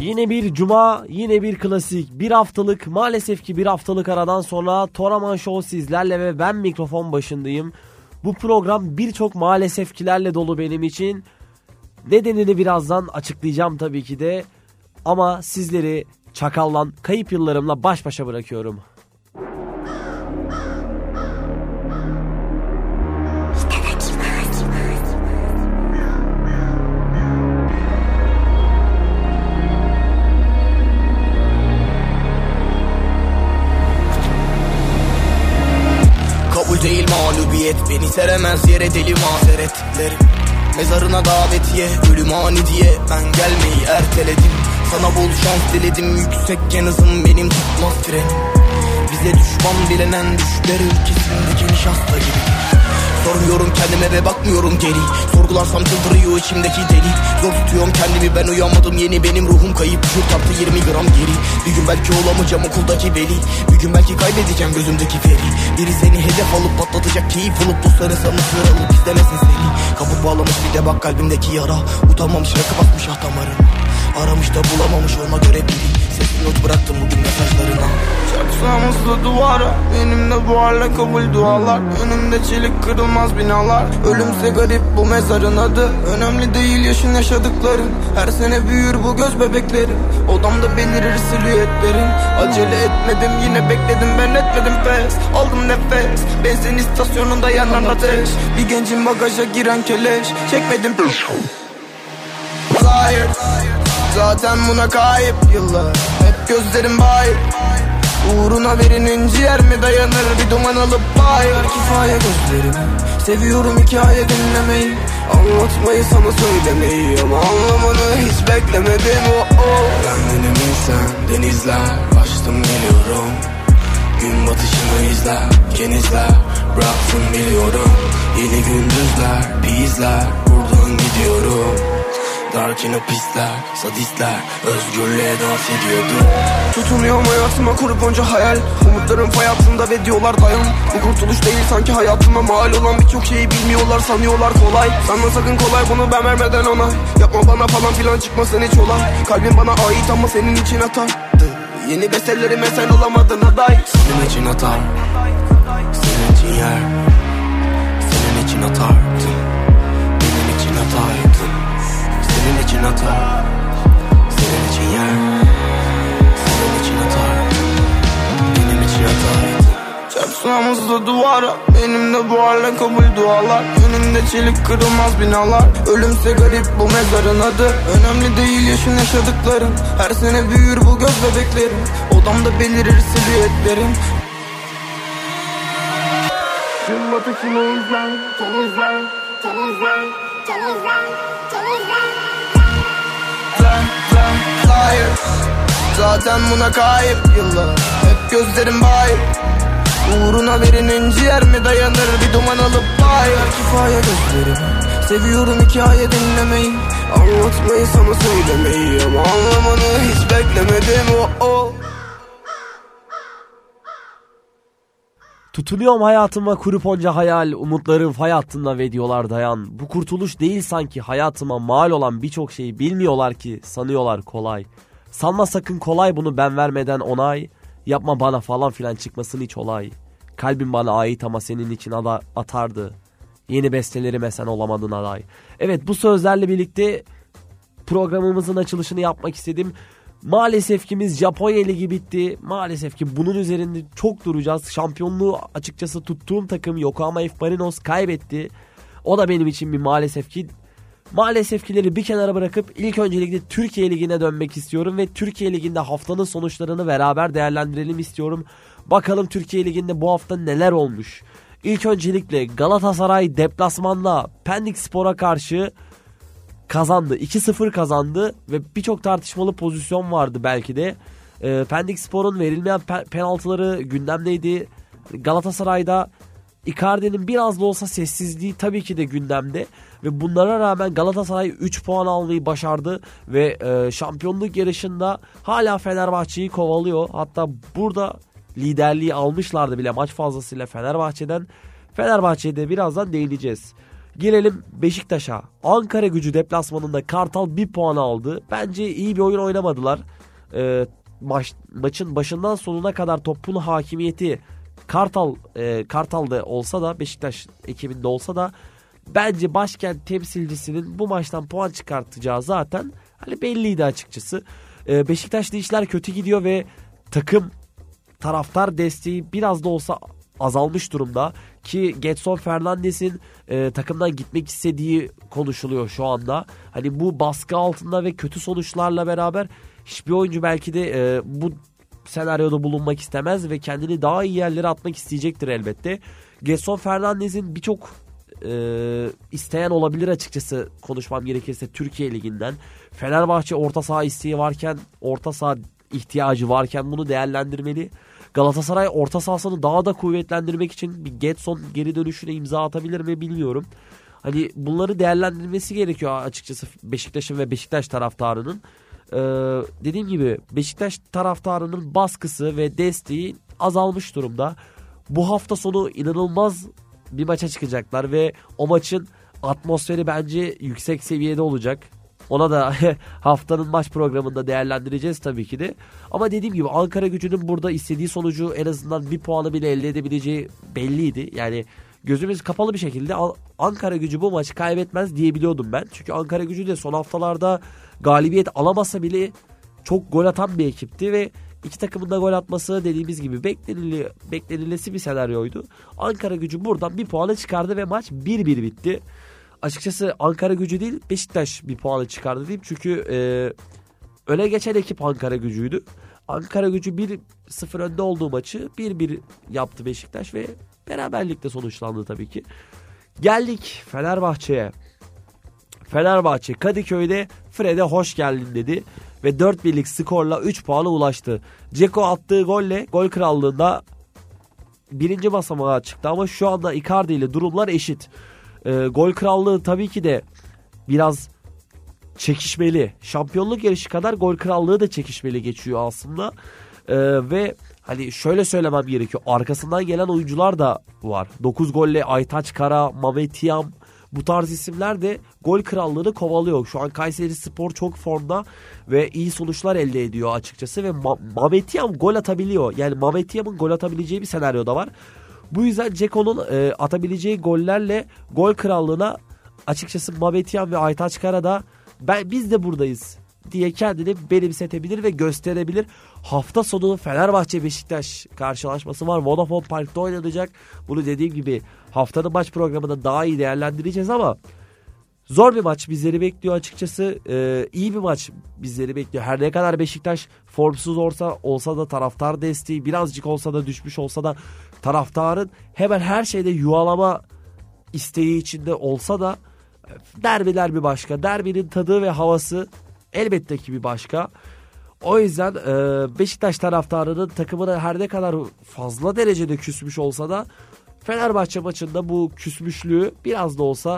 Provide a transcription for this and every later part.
Yine bir cuma, yine bir klasik, bir haftalık, maalesef ki bir haftalık aradan sonra Toraman Show sizlerle ve ben mikrofon başındayım. Bu program birçok maalesefkilerle dolu benim için. Nedenini birazdan açıklayacağım tabii ki de. Ama sizleri Çakal'la, kayıp yıllarımla baş başa bırakıyorum. Kabul değil mağlubiyet, beni seremez yere deli mazeretlerim. Mezarına davetiye, ölüm ani diye ben gelmeyi erteledim. Sana bol şans diledim, yüksekken hızım benim tutmaz frenim. Bize düşman bilenen düşler ülkesindeki nişasta gibi. Sormuyorum kendime ve bakmıyorum geri. Sorgularsam çıldırıyor içimdeki deli. Zor tutuyorum kendimi, ben uyanmadım yeni. Benim ruhum kayıp, düşür tarttı 20 gram geri. Bir gün belki olamayacağım okuldaki veli. Bir gün belki kaybedeceğim gözümdeki feri. Biri seni hedef alıp patlatacak, keyif alıp dostları sana sıralıp istemesin seni. Kapı bağlamış bir de bak kalbimdeki yara. Utanmamış rakı basmış ah damarına. Aramış da bulamamış ona göre biri. Sesli not bıraktım bugün mesajlarına. Çaksağımızda duvara, benim de bu hale kabul dualar. Önümde çelik kırılmaz binalar. Ölümse garip bu mezarın adı. Önemli değil yaşın yaşadıkların. Her sene büyür bu göz bebeklerin. Odamda belirir silüetlerin. Acele etmedim yine bekledim, ben etmedim pes. Aldım nefes, benzin istasyonunda yanan ateş. Bir gencin bagaja giren keleş. Çekmedim Hayır, zaten buna kayıp yıllar. Hep gözlerim bayık. Uğruna birinin ciğer mi dayanır, bir duman alıp bayır. Kifaya gözlerimi, seviyorum hikaye dinlemeyi. Anlatmayı sana söylemeyi ama anlamanı hiç beklemedim. Kendini bilsen denizler, açtım geliyorum. Gün batışını izler, genizler, bıraktım biliyorum. Yeni gündüzler, bizler, buradan gidiyorum. Darkine pisler, sadistler, özgürlüğe dans ediyordu. Tutunuyorum hayatıma kurup onca hayal. Umutlarım fay altında ve diyorlar dayan. Bu kurtuluş değil sanki hayatıma mal olan. Birçok şeyi bilmiyorlar, sanıyorlar kolay. Sanma sakın kolay, bunu ben vermeden onay. Yapma bana falan filan, çıkmasın hiç olay. Kalbim bana ait ama senin için atardı. Yeni bestelerime sen olamadın aday. Senin için atar, senin için yer. Senin için atardı, benim için ataydın. Senin için atar, senin için yer. Senin için atar, benim için ataydı. Çarpsınamızda duvara, benim de bu hale kabul dualar. Önümde çelik kırılmaz binalar. Ölümse garip bu mezarın adı. Önemli değil yaşın yaşadıkların. Her sene büyür bu göz bebeklerin. Odamda belirir silüetlerin. Gün batışını izler, temizler, temizler, temizler, temizler. Hayır, zaten buna kayıp yıllar. Hep gözlerim bayık. Uğruna birinin ciğer mi dayanır, bir duman alıp bayır. Kifaya gözlerimi, seviyorum hikaye dinlemeyi. Anlatmayı sana söylemeyi ama anlamanı hiç beklemedim. Tutunuyorum hayatıma kurup onca hayal, umutlarım fay hattında ve diyorlar dayan. Bu kurtuluş değil sanki hayatıma mal olan, birçok şeyi bilmiyorlar ki sanıyorlar kolay. Sanma sakın kolay, bunu ben vermeden onay. Yapma bana falan filan, çıkmasın hiç olay. Kalbim bana ait ama senin için atardı. Yeni bestelerime sen olamadın aday. Evet, bu sözlerle birlikte programımızın açılışını yapmak istedim. Maalesef ki Japonya Ligi bitti. Maalesef ki bunun üzerinde çok duracağız. Şampiyonluğu açıkçası tuttuğum takım Yokohama F. Marinos kaybetti. O da benim için bir maalesef ki. Maalesefkileri bir kenara bırakıp ilk öncelikle Türkiye Ligi'ne dönmek istiyorum. Ve Türkiye Ligi'nde haftanın sonuçlarını beraber değerlendirelim istiyorum. Bakalım Türkiye Ligi'nde bu hafta neler olmuş. İlk öncelikle Galatasaray deplasmanda Pendikspor'a karşı kazandı. 2-0 kazandı ve birçok tartışmalı pozisyon vardı belki de. Pendikspor'un verilmeyen penaltıları gündemdeydi. Galatasaray'da Icardi'nin biraz da olsa sessizliği tabii ki de gündemde. Ve bunlara rağmen Galatasaray 3 puan almayı başardı. Ve şampiyonluk yarışında hala Fenerbahçe'yi kovalıyor. Hatta burada liderliği almışlardı bile maç fazlasıyla Fenerbahçe'den. Fenerbahçe'de birazdan değineceğiz. Gelelim Beşiktaş'a. Ankaragücü deplasmanında Kartal 1 puan aldı. Bence iyi bir oyun oynamadılar. Maçın başından sonuna kadar topun hakimiyeti Kartal'da olsa da, Beşiktaş ekibinde olsa da bence başkent temsilcisinin bu maçtan puan çıkartacağı zaten hani belliydi açıkçası. Beşiktaş'ta işler kötü gidiyor ve takım taraftar desteği biraz da olsa azalmış durumda ki Gedson Fernandes'in takımdan gitmek istediği konuşuluyor şu anda. Hani bu baskı altında ve kötü sonuçlarla beraber hiçbir oyuncu belki de bu senaryoda bulunmak istemez ve kendini daha iyi yerlere atmak isteyecektir elbette. Gedson Fernandes'in birçok isteyen olabilir açıkçası, konuşmam gerekirse Türkiye Ligi'nden. Fenerbahçe orta saha isteği varken, orta saha ihtiyacı varken bunu değerlendirmeli. Galatasaray orta sahasını daha da kuvvetlendirmek için bir Gedson geri dönüşüne imza atabilir mi bilmiyorum. Hani bunları değerlendirmesi gerekiyor açıkçası Beşiktaş'ın ve Beşiktaş taraftarının. Dediğim gibi Beşiktaş taraftarının baskısı ve desteği azalmış durumda. Bu hafta sonu inanılmaz bir maça çıkacaklar ve o maçın atmosferi bence yüksek seviyede olacak. Ona da haftanın maç programında değerlendireceğiz tabii ki de. Ama dediğim gibi Ankaragücü'nün burada istediği sonucu en azından bir puanı bile elde edebileceği belliydi. Yani gözümüz kapalı bir şekilde Ankaragücü bu maçı kaybetmez diyebiliyordum ben. Çünkü Ankaragücü de son haftalarda galibiyet alamasa bile çok gol atan bir ekipti ve iki takımın da gol atması dediğimiz gibi beklenilesi bir senaryoydu. Ankaragücü buradan bir puanı çıkardı ve maç 1-1 bitti. Açıkçası Ankaragücü değil Beşiktaş bir puanı çıkardı diyeyim. Çünkü öne geçen ekip Ankaragücü'ydü. Ankaragücü 1-0 önde olduğu maçı 1-1 yaptı Beşiktaş ve beraberlikle sonuçlandı tabii ki. Geldik Fenerbahçe'ye. Fenerbahçe Kadıköy'de Fred'e hoş geldin dedi ve 4-1'lik skorla 3 puana ulaştı. Dzeko attığı golle gol krallığında birinci basamağa çıktı ama şu anda Icardi ile durumlar eşit. Gol krallığı tabii ki de biraz çekişmeli. Şampiyonluk yarışı kadar gol krallığı da çekişmeli geçiyor aslında. Ve hani şöyle söylemem gerekiyor. Arkasından gelen oyuncular da var. 9 golle Aytaç Kara, Mehmet Yam, bu tarz isimler de gol krallığını kovalıyor. Şu an Kayserispor çok formda ve iyi sonuçlar elde ediyor açıkçası ve Mehmet Yam gol atabiliyor. Yani Mehmet Yam'ın gol atabileceği bir senaryo da var. Bu yüzden Dzeko'nun atabileceği gollerle gol krallığına açıkçası Mehmet Yam ve Aytaç Kara da biz de buradayız diye kendini benimsetebilir ve gösterebilir. Hafta sonu Fenerbahçe Beşiktaş karşılaşması var. Vodafone Park'ta oynanacak. Bunu dediğim gibi haftanın maç programında daha iyi değerlendireceğiz ama zor bir maç bizleri bekliyor açıkçası. İyi bir maç bizleri bekliyor. Her ne kadar Beşiktaş formsuz olsa da taraftar desteği birazcık olsa da düşmüş olsa da taraftarın hemen her şeyde yuvalama isteği içinde olsa da derbiler bir başka. Derbinin tadı ve havası elbette ki bir başka. O yüzden Beşiktaş taraftarının takımına her ne kadar fazla derecede küsmüş olsa da Fenerbahçe maçında bu küsmüşlüğü biraz da olsa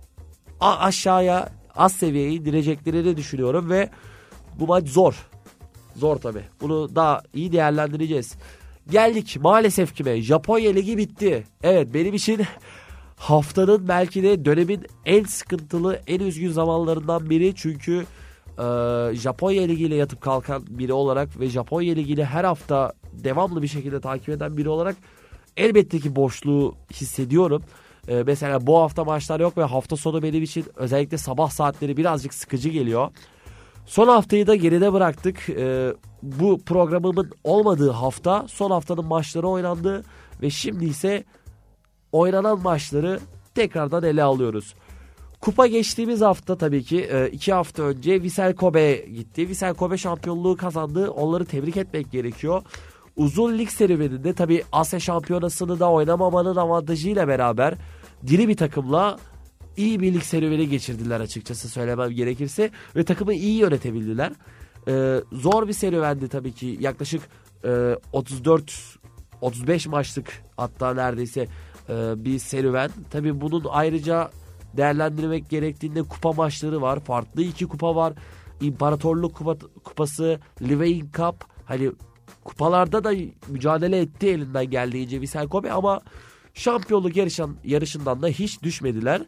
aşağıya, az seviyeye indireceklerini düşünüyorum ve bu maç zor. Zor tabii. Bunu daha iyi değerlendireceğiz. Geldik maalesef kime? Japonya Ligi bitti. Evet, benim için haftanın belki de dönemin en sıkıntılı, en üzgün zamanlarından biri. Çünkü Japonya Ligi ile yatıp kalkan biri olarak ve Japonya Ligi ile her hafta devamlı bir şekilde takip eden biri olarak elbette ki boşluğu hissediyorum. Mesela bu hafta maçlar yok ve hafta sonu benim için özellikle sabah saatleri birazcık sıkıcı geliyor. Son haftayı da geride bıraktık. Bu programımın olmadığı hafta son haftanın maçları oynandı ve şimdi ise oynanan maçları tekrardan ele alıyoruz. Kupa geçtiğimiz hafta tabii ki 2 hafta önce Vissel Kobe'ye gitti. Vissel Kobe şampiyonluğu kazandı. Onları tebrik etmek gerekiyor. Uzun lig serüveninde tabii Asya şampiyonasını da oynamamanın avantajıyla beraber diri bir takımla iyi bir lig serüveni geçirdiler açıkçası söylemem gerekirse. Ve takımı iyi yönetebildiler. Zor bir serüvendi tabii ki. Yaklaşık 34-35 maçlık hatta neredeyse bir serüven. Tabii bunun ayrıca değerlendirmek gerektiğinde kupa maçları var. Farklı 2 kupa var. İmparatorluk Kupası, Livain Cup. Hani kupalarda da mücadele etti elinden geldiğince Vissel Kobe ama şampiyonluk yarışından da hiç düşmediler.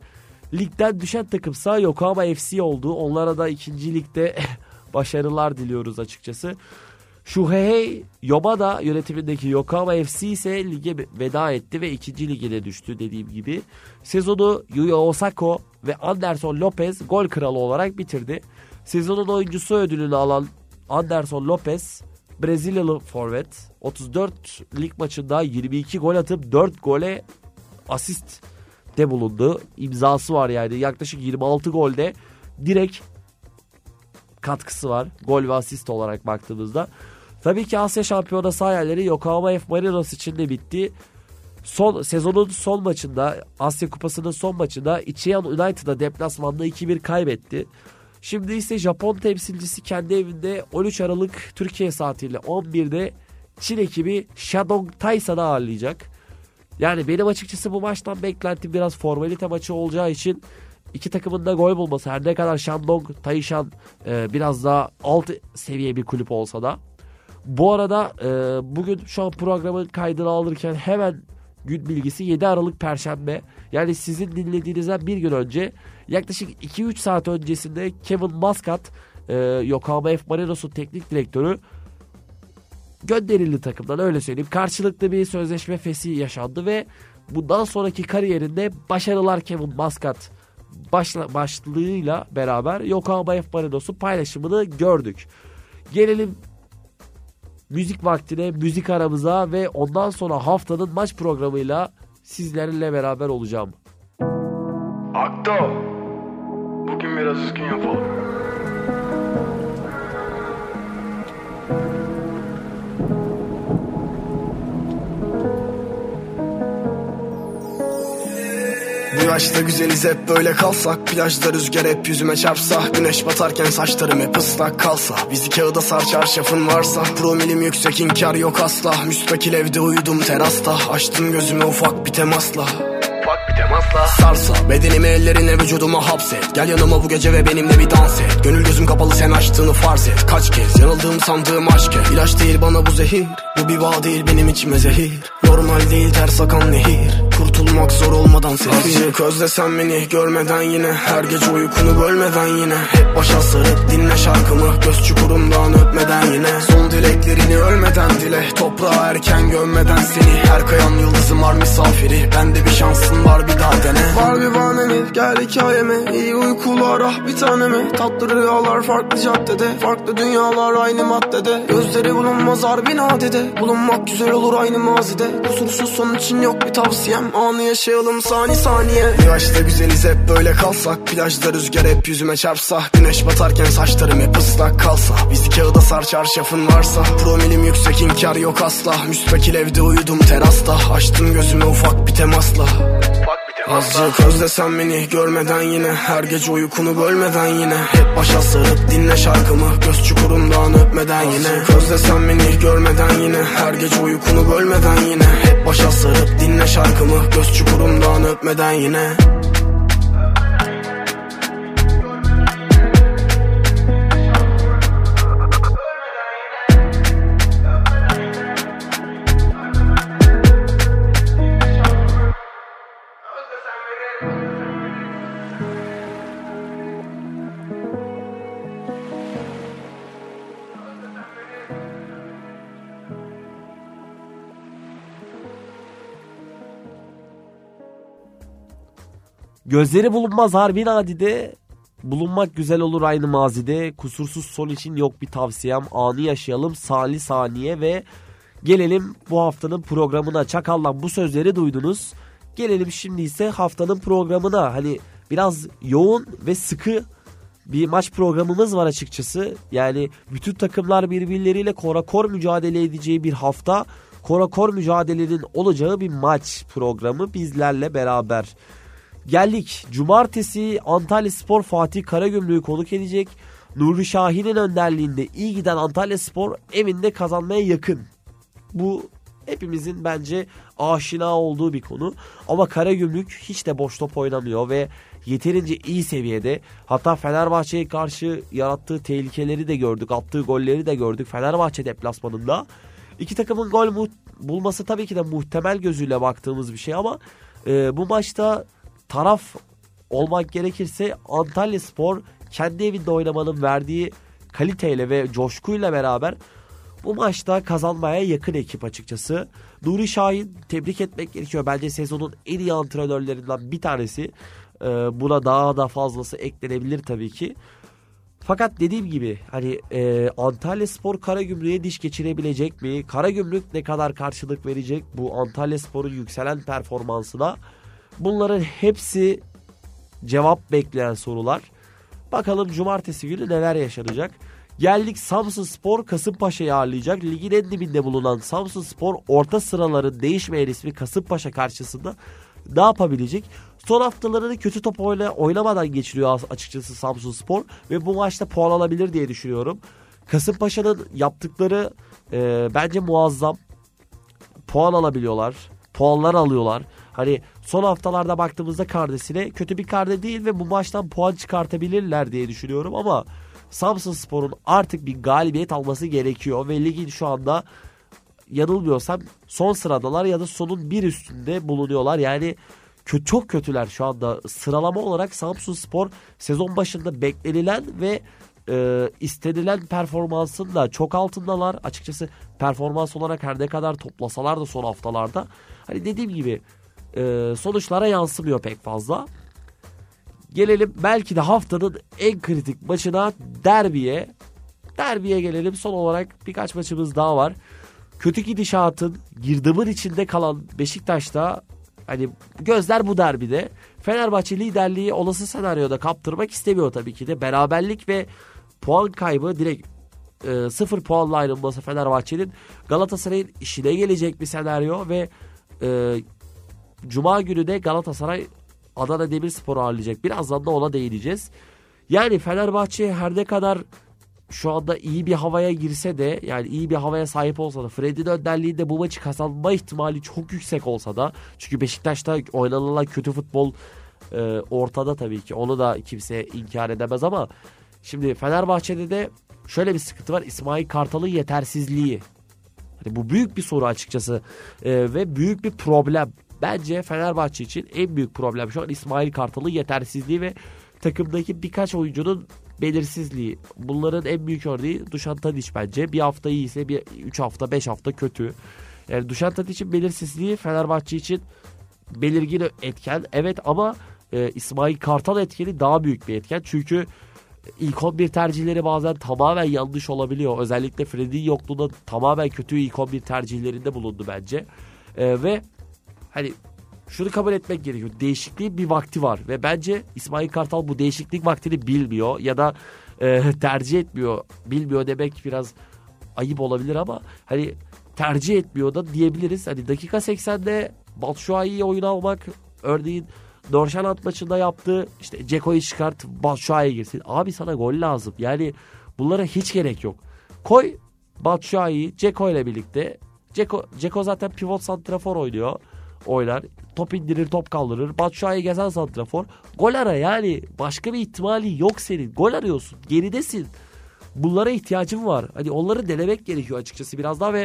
Ligden düşen takımsa Yokohama FC oldu. Onlara da 2. ligde başarılar diliyoruz açıkçası. Shuhei Yamada yönetimindeki Yokohama FC ise lige veda etti ve 2. ligine düştü dediğim gibi. Sezonu Yuya Osako ve Anderson Lopez gol kralı olarak bitirdi. Sezonun oyuncusu ödülünü alan Anderson Lopez, Brezilyalı forvet, 34 lig maçında 22 gol atıp 4 gole asist de bulundu. İmzası var yani, yaklaşık 26 golde direkt katkısı var gol ve asist olarak baktığımızda. Tabii ki Asya Şampiyonası hayalleri Yokohama F. Marinos için de bitti. Sezonun son maçında, Asya Kupası'nın son maçında Ichiyan United'a deplasmanda 2-1 kaybetti. Şimdi ise Japon temsilcisi kendi evinde 13 Aralık Türkiye saatiyle 11'de Çin ekibi Shandong Taishan'ı ağırlayacak. Yani benim açıkçası bu maçtan beklentim biraz formalite maçı olacağı için iki takımın da gol bulması. Her ne kadar Shandong Taishan biraz daha alt seviye bir kulüp olsa da. Bu arada bugün şu an programın kaydını alırken hemen gün bilgisi 7 Aralık Perşembe. Yani sizin dinlediğinizden bir gün önce, yaklaşık 2-3 saat öncesinde Kevin Muscat, Yokohama F. Marinos'un teknik direktörü, gönderildi takımdan, öyle söyleyeyim. Karşılıklı bir sözleşme fesih yaşandı ve bundan sonraki kariyerinde başarılar Kevin Muscat başlığıyla beraber Yokohama F. Marinos'un paylaşımını gördük. Gelelim müzik vaktine, müzik aramıza ve ondan sonra haftanın maç programıyla sizlerle beraber olacağım. Akto, bugün biraz üzgün yapalım. Bu yaşta güzeliz, hep böyle kalsak. Plajda rüzgar hep yüzüme çarpsa. Güneş batarken saçlarım hep ıslak kalsa. Bizi kağıda sar, çarşafın varsa. Promilim yüksek, inkar yok asla. Müstakil evde uyudum terasta. Açtım gözümü ufak bir temasla. Sarsa bedenimi, ellerine vücuduma hapset. Gel yanıma bu gece ve benimle bir dans et. Gönül gözüm kapalı, sen açtığını farz et. Kaç kez yanıldığım sandığım aşk et. İlaç değil bana bu zehir, bu bir bağ değil benim içime zehir. Normal değil ters akan nehir, kurtulmak zor olmadan sefil. Azıcık özlesen beni görmeden yine. Her gece uykunu bölmeden yine. Hep başa sarıp dinle şarkımı, göz çukurumdan öpmeden yine. Son dileklerini ölmeden dile, toprağa erken gömmeden seni. Her kayan yıldızım var misafiri, bende bir şansın var, bir daha dene. Var bir bahanemi, gel hikayeme. İyi uykular ah bir taneme. Tatlı rüyalar farklı caddede. Farklı dünyalar aynı maddede. Gözleri bulunmaz harbi nadide. Bulunmak güzel olur aynı mazide. Kusursuz son için yok bir tavsiyem. Anı yaşayalım saniye. Bu yaşta güzeliz, hep böyle kalsak. Plajda rüzgar hep yüzüme çarpsa. Güneş batarken saçlarım hep ıslak kalsa. Bizi kağıda sar, çarşafın varsa. Promilim yüksek, inkar yok asla. Müstakil evde uyudum terasta. Açtım gözümü ufak bir temasla. Azıcık özlesen beni görmeden yine. Her gece uykunu bölmeden yine. Hep başa sarıp dinle şarkımı, göz çukurumdan öpmeden yine. Azıcık özlesen beni görmeden yine. Her gece uykunu bölmeden yine. Hep başa sarıp dinle şarkımı, göz çukurumdan öpmeden yine. Gözleri bulunmaz harbi nadide, bulunmak güzel olur aynı mazide. Kusursuz son için yok bir tavsiyem. Anı yaşayalım saniye ve gelelim bu haftanın programına. Çakal'dan bu sözleri duydunuz. Gelelim şimdi ise haftanın programına. Hani biraz yoğun ve sıkı bir maç programımız var açıkçası. Yani bütün takımlar birbirleriyle korakor mücadele edeceği bir hafta. Korakor mücadelenin olacağı bir maç programı bizlerle beraber. Geldik. Cumartesi Antalyaspor Fatih Karagümrük'ü konuk edecek. Nuri Şahin'in önderliğinde iyi giden Antalyaspor evinde kazanmaya yakın. Bu hepimizin bence aşina olduğu bir konu. Ama Karagümrük hiç de boş top oynamıyor ve yeterince iyi seviyede. Hatta Fenerbahçe'ye karşı yarattığı tehlikeleri de gördük. Attığı golleri de gördük Fenerbahçe deplasmanında. İki takımın gol bulması tabii ki de muhtemel gözüyle baktığımız bir şey ama bu maçta taraf olmak gerekirse Antalyaspor kendi evinde oynamanın verdiği kaliteyle ve coşkuyla beraber bu maçta kazanmaya yakın ekip açıkçası. Nuri Şahin tebrik etmek gerekiyor. Bence sezonun en iyi antrenörlerinden bir tanesi. Buna daha da fazlası eklenebilir tabii ki. Fakat dediğim gibi hani Antalyaspor Karagümrük'e diş geçirebilecek mi? Karagümrük ne kadar karşılık verecek bu Antalyaspor'un yükselen performansına? Bunların hepsi cevap bekleyen sorular. Bakalım cumartesi günü neler yaşanacak? Geldik Samsunspor Kasımpaşa'yı ağırlayacak. Ligin en dibinde bulunan Samsunspor orta sıraların değişmeyen ismi Kasımpaşa karşısında ne yapabilecek? Son haftalarını kötü top oynamadan geçiriyor açıkçası Samsunspor ve bu maçta puan alabilir diye düşünüyorum. Kasımpaşa'nın yaptıkları bence muazzam. Puan alabiliyorlar. Puanlar alıyorlar. Hani son haftalarda baktığımızda kardesine kötü bir karde değil ve bu maçtan puan çıkartabilirler diye düşünüyorum ama Samsunspor'un artık bir galibiyet alması gerekiyor ve ligin şu anda yanılmıyorsam son sıradalar ya da sonun bir üstünde bulunuyorlar. Yani çok kötüler şu anda. Sıralama olarak Samsunspor sezon başında beklenilen ve istenilen performansın da çok altındalar. Açıkçası performans olarak her ne kadar toplasalar da son haftalarda hani dediğim gibi sonuçlara yansımıyor pek fazla. Gelelim belki de haftanın en kritik maçına, derbiye. Derbiye gelelim. Son olarak birkaç maçımız daha var. Kötü gidişatın girdabın içinde kalan Beşiktaş'ta hani gözler bu derbide. Fenerbahçe liderliği olası senaryoda kaptırmak istemiyor tabii ki de. Beraberlik ve puan kaybı direkt 0 puanla ayrılması Fenerbahçe'nin Galatasaray'ın işine gelecek bir senaryo ve Cuma günü de Galatasaray Adana Demirspor'u ağırlayacak. Birazdan da ona değineceğiz. Yani Fenerbahçe her ne kadar şu anda iyi bir havaya girse de yani iyi bir havaya sahip olsa da Fred'in önderliğinde bu maçı kazanma ihtimali çok yüksek olsa da çünkü Beşiktaş'ta oynanılan kötü futbol ortada tabii ki. Onu da kimse inkar edemez ama şimdi Fenerbahçe'de de şöyle bir sıkıntı var. İsmail Kartal'ın yetersizliği. Yani bu büyük bir soru açıkçası ve büyük bir problem. Bence Fenerbahçe için en büyük problem şu an İsmail Kartal'ın yetersizliği ve takımdaki birkaç oyuncunun belirsizliği. Bunların en büyük örneği Dušan Tadić bence. Bir hafta iyiyse 3 hafta 5 hafta kötü. Yani Dušan Tadić'in belirsizliği Fenerbahçe için belirgin etken. Evet ama İsmail Kartal etkeni daha büyük bir etken. Çünkü ilk 11 tercihleri bazen tamamen yanlış olabiliyor. Özellikle Fred'in yokluğunda tamamen kötü ilk 11 tercihlerinde bulundu bence. Ve hani şunu kabul etmek gerekiyor. Değişikliğin bir vakti var ve bence İsmail Kartal bu değişiklik vaktini bilmiyor ya da tercih etmiyor. Bilmiyor demek biraz ayıp olabilir ama hani tercih etmiyor da diyebiliriz. Hani dakika 80'de Batshuayi'yi oyuna almak, örneğin Norşanat maçında yaptığı işte Ceko'yu çıkart Batshuayi girsin. Abi sana gol lazım. Yani bunlara hiç gerek yok. Koy Batshuayi'yi Ceko ile birlikte. Ceko zaten pivot santrafor oynar. Top indirir, top kaldırır. Batshuayi gezen santrafor. Gol ara yani. Başka bir ihtimali yok senin. Gol arıyorsun. Geridesin. Bunlara ihtiyacın var. Hani onları denemek gerekiyor açıkçası biraz daha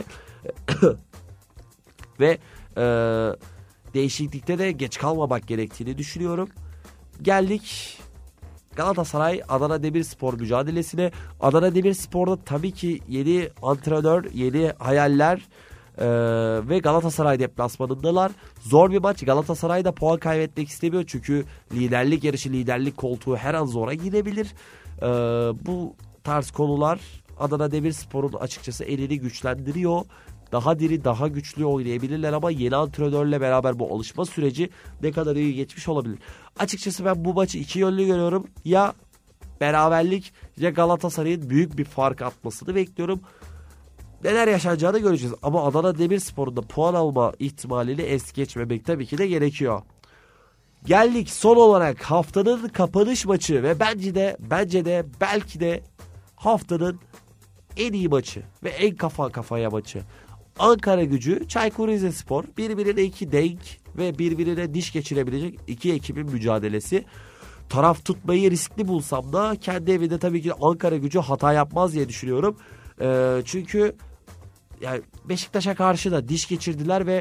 ve değişiklikte de geç kalmamak gerektiğini düşünüyorum. Geldik Galatasaray Adana Demirspor mücadelesine. Adana Demirspor'da tabii ki yeni antrenör, yeni hayaller ve Galatasaray deplasmanındalar. Zor bir maç. Galatasaray da puan kaybetmek istemiyor. Çünkü liderlik yarışı, liderlik koltuğu her an zora gidebilir. Bu tarz konular Adana Demirspor'un açıkçası elini güçlendiriyor. Daha diri, daha güçlü oynayabilirler ama yeni antrenörle beraber bu alışma süreci ne kadar iyi geçmiş olabilir. Açıkçası ben bu maçı iki yönlü görüyorum. Ya beraberlik ya Galatasaray'ın büyük bir fark atmasını bekliyorum. Neler yaşanacağını göreceğiz. Ama Adana Demirspor'un da puan alma ihtimalini es geçmemek tabii ki de gerekiyor. Geldik son olarak haftanın kapanış maçı ve bence de belki de haftanın en iyi maçı ve en kafa kafaya maçı. Ankaragücü Çaykur Rizespor birbirine iki denk ve birbirine diş geçirebilecek iki ekibin mücadelesi. Taraf tutmayı riskli bulsam da kendi evinde tabii ki Ankaragücü hata yapmaz diye düşünüyorum. Çünkü yani Beşiktaş'a karşı da diş geçirdiler ve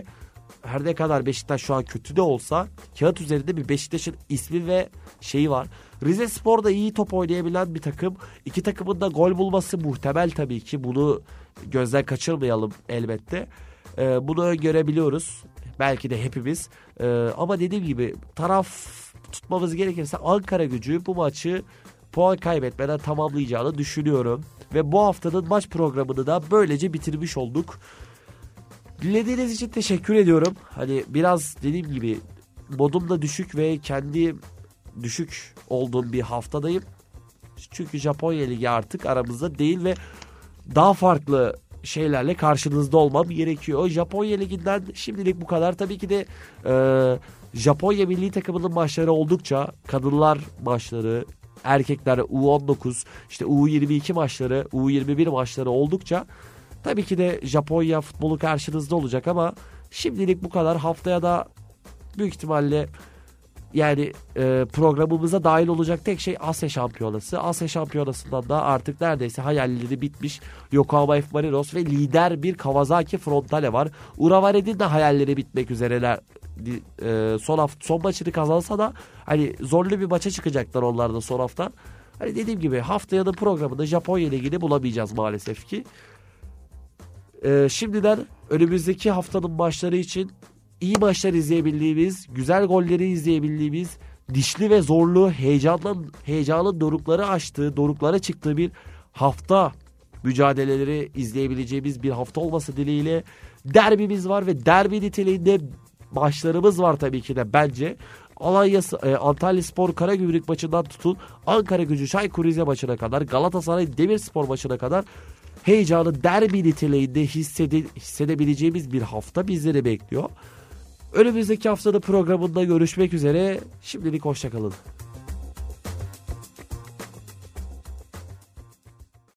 her ne kadar Beşiktaş şu an kötü de olsa kağıt üzerinde bir Beşiktaş'ın ismi ve şeyi var. Rizespor da iyi top oynayabilen bir takım. İki takımın da gol bulması muhtemel tabii ki. Bunu gözden kaçırmayalım elbette. Bunu öngörebiliyoruz. Belki de hepimiz. Ama dediğim gibi taraf tutmamız gerekirse Ankaragücü bu maçı puan kaybetmeden tamamlayacağını düşünüyorum. Ve bu haftanın maç programını da böylece bitirmiş olduk. Dinlediğiniz için teşekkür ediyorum. Hani biraz dediğim gibi modum da düşük ve kendi düşük olduğum bir haftadayım. Çünkü Japonya Ligi artık aramızda değil ve daha farklı şeylerle karşınızda olmam gerekiyor. Japonya Ligi'nden şimdilik bu kadar. Tabii ki de Japonya milli takımının maçları oldukça, kadınlar maçları, erkekler U19, işte U22 maçları, U21 maçları oldukça tabii ki de Japonya futbolu karşınızda olacak ama şimdilik bu kadar. Haftaya da büyük ihtimalle yani programımıza dahil olacak tek şey Asya Şampiyonası. Asya Şampiyonası'ndan da artık neredeyse hayalleri bitmiş Yokohama F. Marinos ve lider bir Kawasaki Frontale var. Urawa Red'in de hayalleri bitmek üzereler. Son maçını kazansa da hani zorlu bir maça çıkacaklar onlar da son hafta. Hani dediğim gibi haftaya da programında Japonya ile ilgili bulamayacağız maalesef ki. Şimdiden önümüzdeki haftanın maçları için iyi maçlar izleyebildiğimiz, güzel golleri izleyebildiğimiz, dişli ve zorlu, heyecanın dorukları aştığı, doruklara çıktığı bir hafta mücadeleleri izleyebileceğimiz bir hafta olması dileğiyle derbimiz var ve derbi niteliğinde maçlarımız var tabii ki de bence. Antalyaspor Karagümrük maçından tutun Ankaragücü Çaykur Rize maçına kadar, Galatasaray Demirspor maçına kadar heyecanı derbi niteliğinde hissedebileceğimiz bir hafta bizleri bekliyor. Önümüzdeki haftada programında görüşmek üzere. Şimdilik hoşçakalın.